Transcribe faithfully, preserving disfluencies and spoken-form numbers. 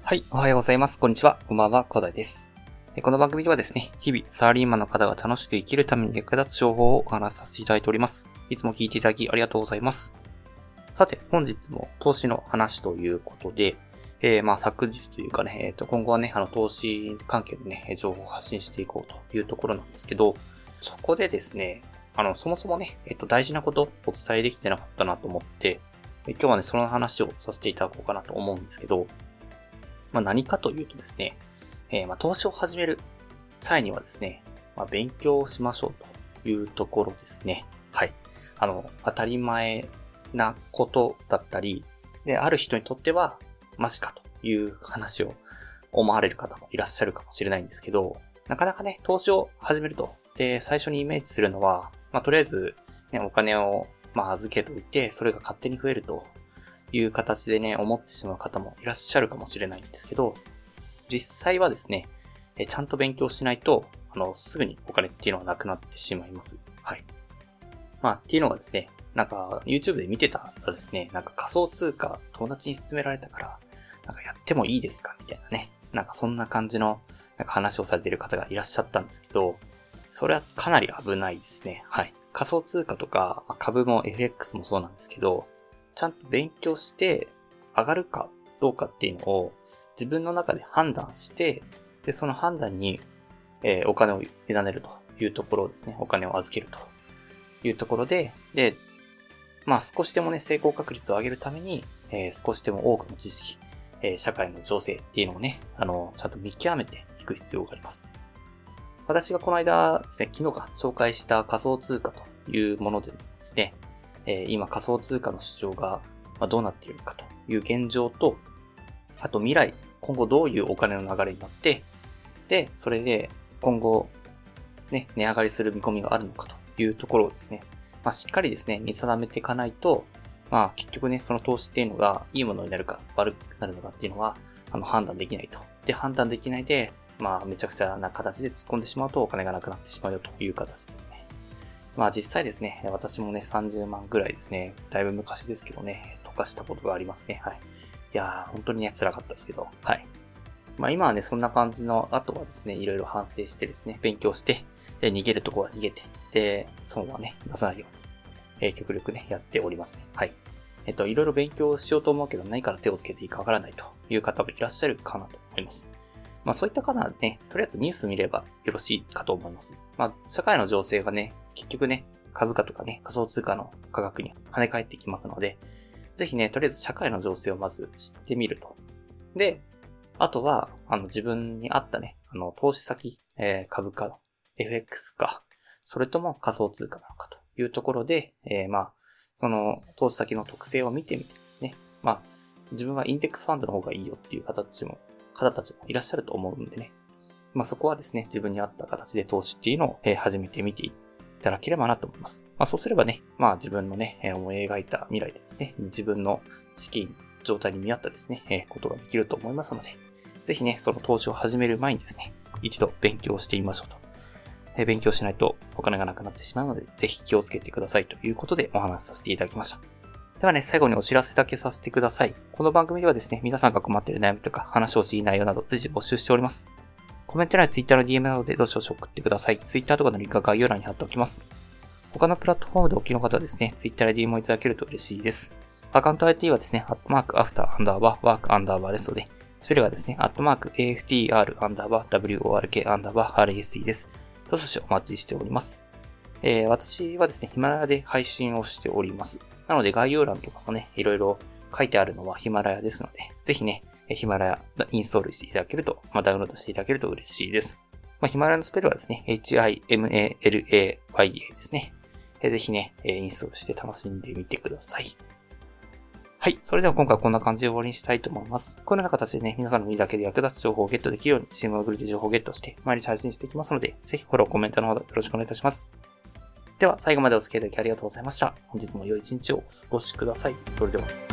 はい、おはようございます。こんにちは。こんばんは、小田です。この番組ではですね、日々サラリーマンの方が楽しく生きるために役立つ情報をお話しさせていただいております。いつも聞いていただきありがとうございます。さて、本日も投資の話ということで、えー、まあ昨日というかね、えっと、今後はね、あの、投資関係のね、情報を発信していこうというところなんですけど、そこでですね、あの、そもそもね、えっと、大事なことをお伝えできてなかったなと思って、今日はね、その話をさせていただこうかなと思うんですけど、まあ何かというとですね、えー、まあ投資を始める際にはですね、まあ勉強をしましょうというところですね。はい。あの、当たり前なことだったり、で、ある人にとっては、マジかという話を思われる方もいらっしゃるかもしれないんですけど、なかなかね、投資を始めると、で、最初にイメージするのは、まあとりあえず、ね、お金を、まあ預けといて、それが勝手に増えるという形でね、思ってしまう方もいらっしゃるかもしれないんですけど、実際はですね、えちゃんと勉強しないと、あの、すぐにお金っていうのはなくなってしまいます。はい。まあ、っていうのがですね、なんか、YouTube で見てたらですね、なんか仮想通貨友達に勧められたから、なんかやってもいいですかみたいなね。なんかそんな感じの、なんか話をされている方がいらっしゃったんですけど、それはかなり危ないですね。はい。仮想通貨とか、株も エフエックス もそうなんですけど、ちゃんと勉強して上がるかどうかっていうのを自分の中で判断して、で、その判断に、えー、お金を委ねるというところですね。お金を預けるというところで、で、まあ少しでもね、成功確率を上げるために、えー、少しでも多くの知識、えー、社会の情勢っていうのをね、あの、ちゃんと見極めていく必要があります。私がこの間ですね、昨日か紹介した仮想通貨というものでですね、えー、今仮想通貨の市場がどうなっているかという現状と、あと未来、今後どういうお金の流れになって、で、それで今後、ね、値上がりする見込みがあるのかというところをですね、まあ、しっかりですね、見定めていかないと、まあ結局ね、その投資っていうのがいいものになるか悪くなるのかっていうのは、あの判断できないと。で、判断できないで、まあめちゃくちゃな形で突っ込んでしまうとお金がなくなってしまうよという形ですね。まあ実際ですね、私もね、さんじゅうまんぐらいですね、だいぶ昔ですけどね、溶かしたことがありますね。はい。いやー、本当にね、辛かったですけど、はい。まあ今はね、そんな感じの、あとはですね、いろいろ反省してですね、勉強して、で、逃げるところは逃げて、で、損はね、出さないように、えー、極力ね、やっておりますね。はい。えっと、いろいろ勉強しようと思うけど、何から手をつけていいかわからないという方もいらっしゃるかなと思います。まあそういった方はね、とりあえずニュース見ればよろしいかと思います。まあ社会の情勢がね、結局ね、株価とかね、仮想通貨の価格に跳ね返ってきますので、ぜひね、とりあえず社会の情勢をまず知ってみると。で、あとは、あの自分に合ったね、あの投資先、えー、株価、エフエックス か、それとも仮想通貨なのかというところで、えー、まあ、その投資先の特性を見てみてですね、まあ、自分はインデックスファンドの方がいいよっていう形も方たちもいらっしゃると思うんでね。まあそこはですね、自分に合った形で投資っていうのを、えー、始めてみていただければなと思います。まあそうすればね、まあ自分のね、えー、思い描いた未来でですね、自分の資金状態に見合ったですね、えー、ことができると思いますので、ぜひね、その投資を始める前にですね、一度勉強してみましょうと。えー、勉強しないとお金がなくなってしまうので、ぜひ気をつけてくださいということでお話しさせていただきました。ではね、最後にお知らせだけさせてください。この番組ではですね、皆さんが困っている悩みとか話をしい内容など随時募集しております。コメント欄や Twitter の ディーエム などでどしどし送ってください。Twitter とかのリンクは概要欄に貼っておきます。他のプラットフォームでお聞きの方はですね、Twitter で ディーエム をいただけると嬉しいです。アカウント アイディー はですね、アットマークアフターアンダーバーワークアンダーバーですので、スペルがですね、アットマーク エーエフティーアール アンダーバー ダブリューオーアールケー アンダーバー アールエスイー です。どしどしお待ちしております。えー、私はですね、ヒマラヤで配信をしております。なので概要欄とかもね、いろいろ書いてあるのはヒマラヤですので、ぜひね、ヒマラヤインストールしていただけると、まあ、ダウンロードしていただけると嬉しいです。まあ、ヒマラヤのスペルはですね、エイチアイエムエーエルエーワイエー ですね。ぜひね、インストールして楽しんでみてください。はい。それでは今回はこんな感じで終わりにしたいと思います。このような形でね、皆さんの身だけで役立つ情報をゲットできるように、シムアグリで情報をゲットして、毎日配信していきますので、ぜひフォロー、コメントのほどよろしくお願いいたします。では、最後までお付き合いいただきありがとうございました。本日も良い一日をお過ごしください。それでは。